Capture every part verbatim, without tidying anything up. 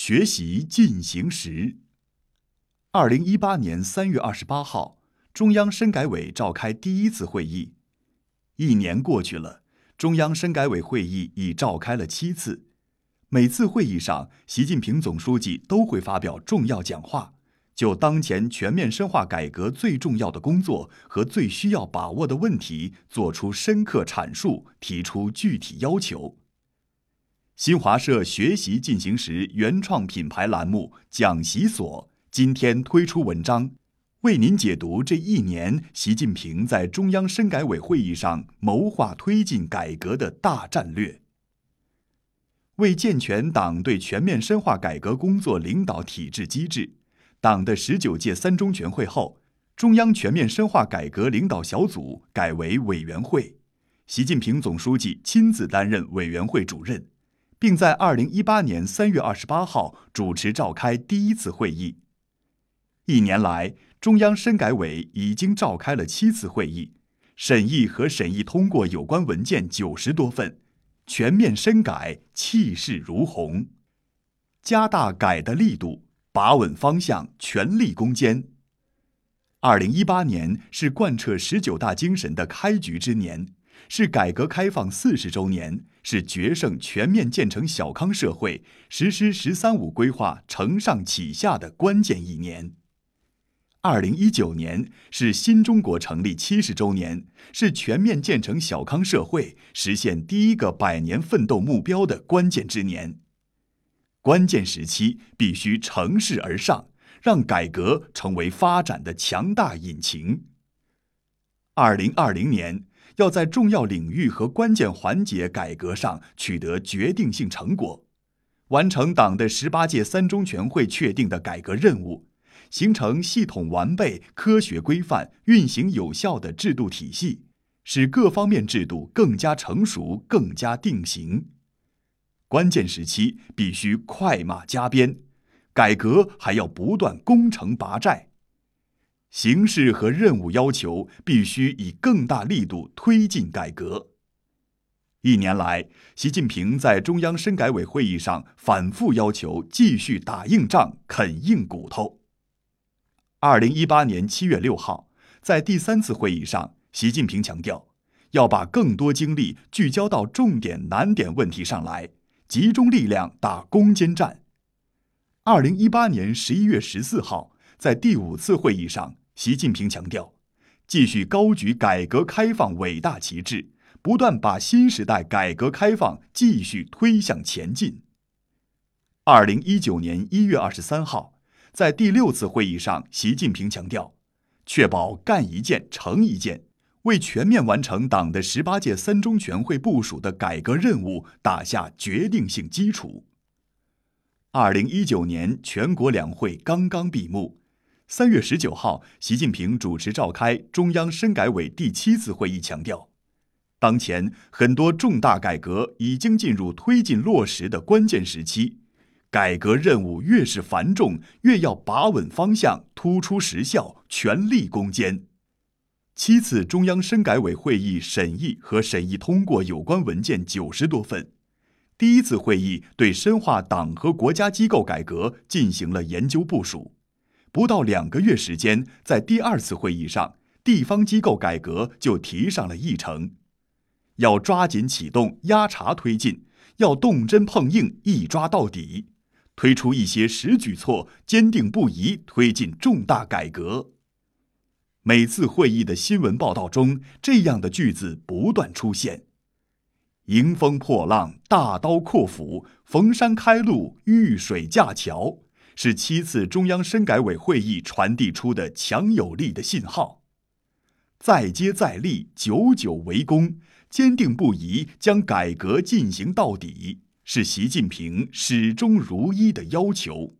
学习进行时。二零一八年三月二十八号，中央深改委召开第一次会议。一年过去了，中央深改委会议已召开了七次。每次会议上，习近平总书记都会发表重要讲话，就当前全面深化改革最重要的工作和最需要把握的问题作出深刻阐述，提出具体要求。新华社学习进行时原创品牌栏目讲习所今天推出文章，为您解读这一年习近平在中央深改委会议上谋划推进改革的大战略。为健全党对全面深化改革工作领导体制机制，党的十九届三中全会后，中央全面深化改革领导小组改为委员会，习近平总书记亲自担任委员会主任，并在二零一八年三月二十八号主持召开第一次会议。一年来，中央深改委已经召开了七次会议，审议和审议通过有关文件九十多份，全面深改气势如虹，加大改的力度，把稳方向，全力攻坚。二零一八年是贯彻十九大精神的开局之年，是改革开放四十周年，是决胜全面建成小康社会、实施“十三五”规划承上启下的关键一年。二零一九年是新中国成立七十周年，是全面建成小康社会、实现第一个百年奋斗目标的关键之年。关键时期必须乘势而上，让改革成为发展的强大引擎。二零二零年要在重要领域和关键环节改革上取得决定性成果，完成党的十八届三中全会确定的改革任务，形成系统完备、科学规范、运行有效的制度体系，使各方面制度更加成熟、更加定型。关键时期必须快马加鞭，改革还要不断攻城拔寨。形势和任务要求必须以更大力度推进改革。一年来，习近平在中央深改委会议上反复要求继续打硬仗、啃硬骨头。二零一八年七月六号，在第三次会议上，习近平强调，要把更多精力聚焦到重点难点问题上来，集中力量打攻坚战。二零一八年十一月十四号，在第五次会议上，习近平强调，继续高举改革开放伟大旗帜，不断把新时代改革开放继续推向前进。二零一九年一月二十三号，在第六次会议上，习近平强调，确保干一件成一件，为全面完成党的十八届三中全会部署的改革任务打下决定性基础。二零一九年全国两会刚刚闭幕，三月十九号，习近平主持召开中央深改委第七次会议，强调，当前很多重大改革已经进入推进落实的关键时期，改革任务越是繁重，越要把稳方向，突出实效，全力攻坚。七次中央深改委会议审议和审议通过有关文件九十多份。第一次会议对深化党和国家机构改革进行了研究部署，不到两个月时间，在第二次会议上，地方机构改革就提上了议程。要抓紧启动，压茬推进，要动真碰硬，一抓到底，推出一些实举措，坚定不移推进重大改革。每次会议的新闻报道中，这样的句子不断出现：迎风破浪，大刀阔斧，逢山开路，遇水架桥，是七次中央深改委会议传递出的强有力的信号。再接再厉，久久为功，坚定不移将改革进行到底，是习近平始终如一的要求。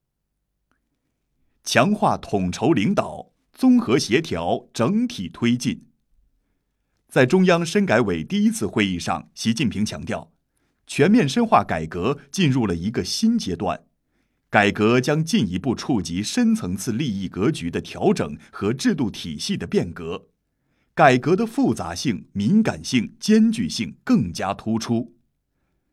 强化统筹领导，综合协调，整体推进。在中央深改委第一次会议上，习近平强调，全面深化改革进入了一个新阶段，改革将进一步触及深层次利益格局的调整和制度体系的变革，改革的复杂性、敏感性、艰巨性更加突出。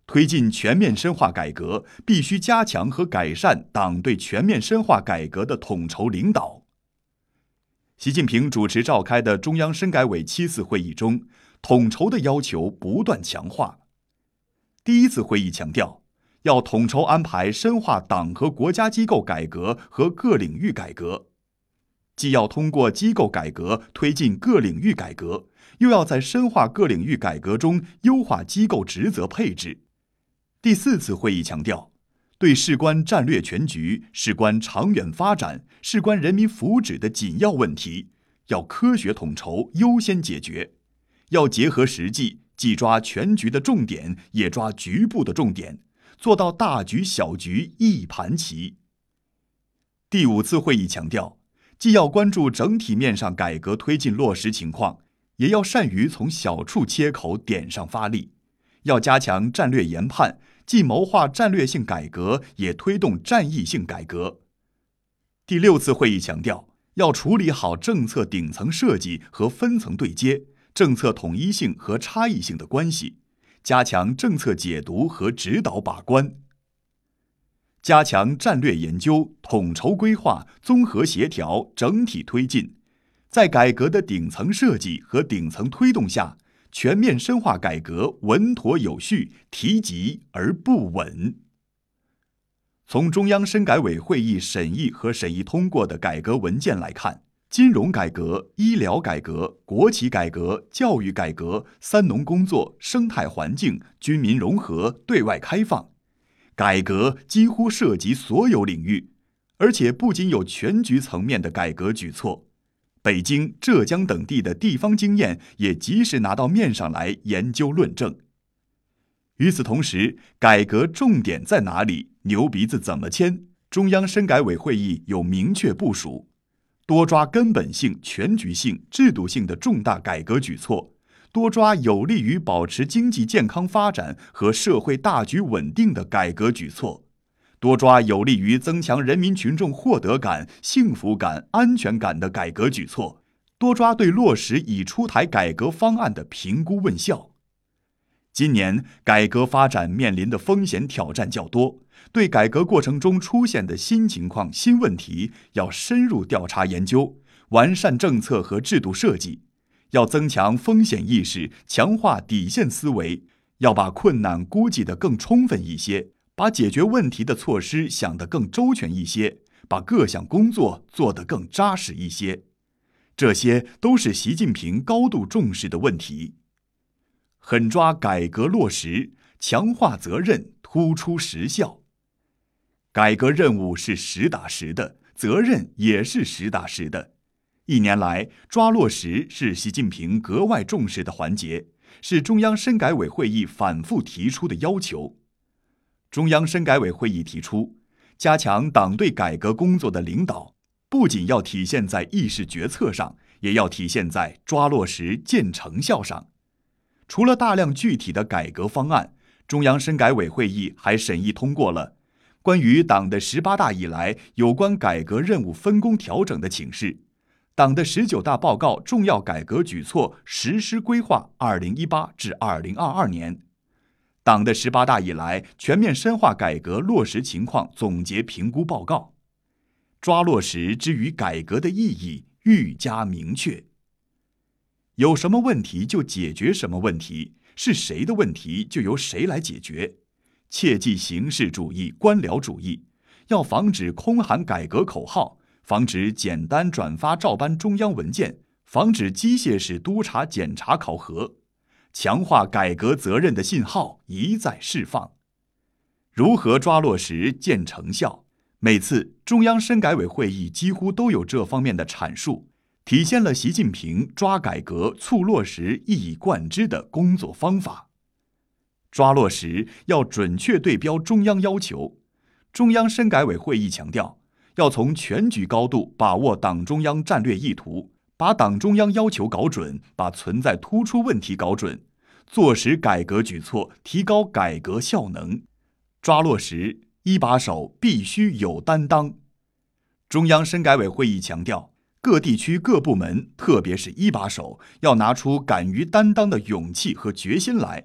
推进全面深化改革，必须加强和改善党对全面深化改革的统筹领导。习近平主持召开的中央深改委七次会议中，统筹的要求不断强化。第一次会议强调，要统筹安排深化党和国家机构改革和各领域改革，既要通过机构改革推进各领域改革，又要在深化各领域改革中优化机构职责配置。第四次会议强调，对事关战略全局、事关长远发展、事关人民福祉的紧要问题，要科学统筹，优先解决，要结合实际，既抓全局的重点，也抓局部的重点，做到大局小局一盘棋。第五次会议强调，既要关注整体面上改革推进落实情况，也要善于从小处切口点上发力，要加强战略研判，既谋划战略性改革，也推动战役性改革。第六次会议强调，要处理好政策顶层设计和分层对接、政策统一性和差异性的关系，加强政策解读和指导把关，加强战略研究、统筹规划、综合协调、整体推进，在改革的顶层设计和顶层推动下，全面深化改革稳妥有序，提急而不稳。从中央深改委会议审议和审议通过的改革文件来看，金融改革、医疗改革、国企改革、教育改革、三农工作、生态环境、军民融合、对外开放，改革几乎涉及所有领域，而且不仅有全局层面的改革举措，北京、浙江等地的地方经验也及时拿到面上来研究论证。与此同时，改革重点在哪里，牛鼻子怎么牵，中央深改委会议有明确部署，多抓根本性、全局性、制度性的重大改革举措，多抓有利于保持经济健康发展和社会大局稳定的改革举措，多抓有利于增强人民群众获得感、幸福感、安全感的改革举措，多抓对落实已出台改革方案的评估问效。今年改革发展面临的风险挑战较多，对改革过程中出现的新情况、新问题，要深入调查研究，完善政策和制度设计，要增强风险意识，强化底线思维，要把困难估计得更充分一些，把解决问题的措施想得更周全一些，把各项工作做得更扎实一些。这些都是习近平高度重视的问题。狠抓改革落实，强化责任，突出实效。改革任务是实打实的，责任也是实打实的。一年来，抓落实是习近平格外重视的环节，是中央深改委会议反复提出的要求。中央深改委会议提出，加强党对改革工作的领导，不仅要体现在议事决策上，也要体现在抓落实、见成效上。除了大量具体的改革方案，中央深改委会议还审议通过了关于党的十八大以来有关改革任务分工调整的请示、党的十九大报告重要改革举措实施规划二零一八至二零二二年、党的十八大以来全面深化改革落实情况总结评估报告。抓落实之于改革的意义愈加明确。有什么问题就解决什么问题，是谁的问题就由谁来解决，切忌形式主义、官僚主义，要防止空喊改革口号，防止简单转发照搬中央文件，防止机械式督查检查考核，强化改革责任的信号一再释放。如何抓落实、见成效？每次中央深改委会议几乎都有这方面的阐述，体现了习近平抓改革、促落实一以贯之的工作方法。抓落实要准确对标中央要求。中央深改委会议强调，要从全局高度把握党中央战略意图，把党中央要求搞准，把存在突出问题搞准，做实改革举措，提高改革效能。抓落实，一把手必须有担当。中央深改委会议强调，各地区各部门，特别是一把手，要拿出敢于担当的勇气和决心来，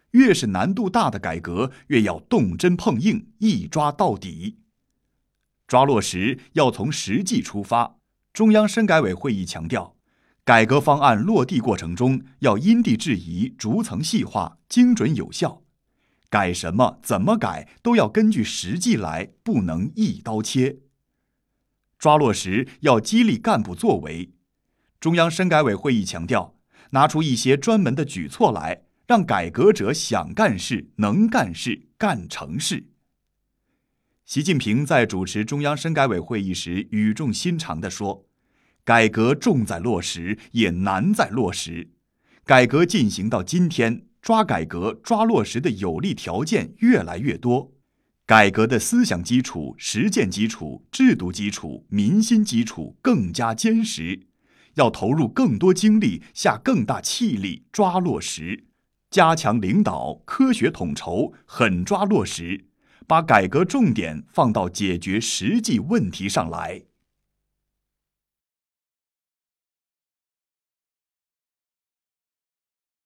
越是难度大的改革，越要动真碰硬，一抓到底。抓落实要从实际出发。中央深改委会议强调，改革方案落地过程中要因地制宜，逐层细化，精准有效。改什么、怎么改，都要根据实际来，不能一刀切。抓落实要激励干部作为。中央深改委会议强调，拿出一些专门的举措来，让改革者想干事、能干事、干成事。习近平在主持中央深改委会议时语重心长地说，改革重在落实，也难在落实。改革进行到今天，抓改革、抓落实的有利条件越来越多，改革的思想基础、实践基础、制度基础、民心基础更加坚实，要投入更多精力，下更大气力抓落实，加强领导，科学统筹，狠抓落实，把改革重点放到解决实际问题上来。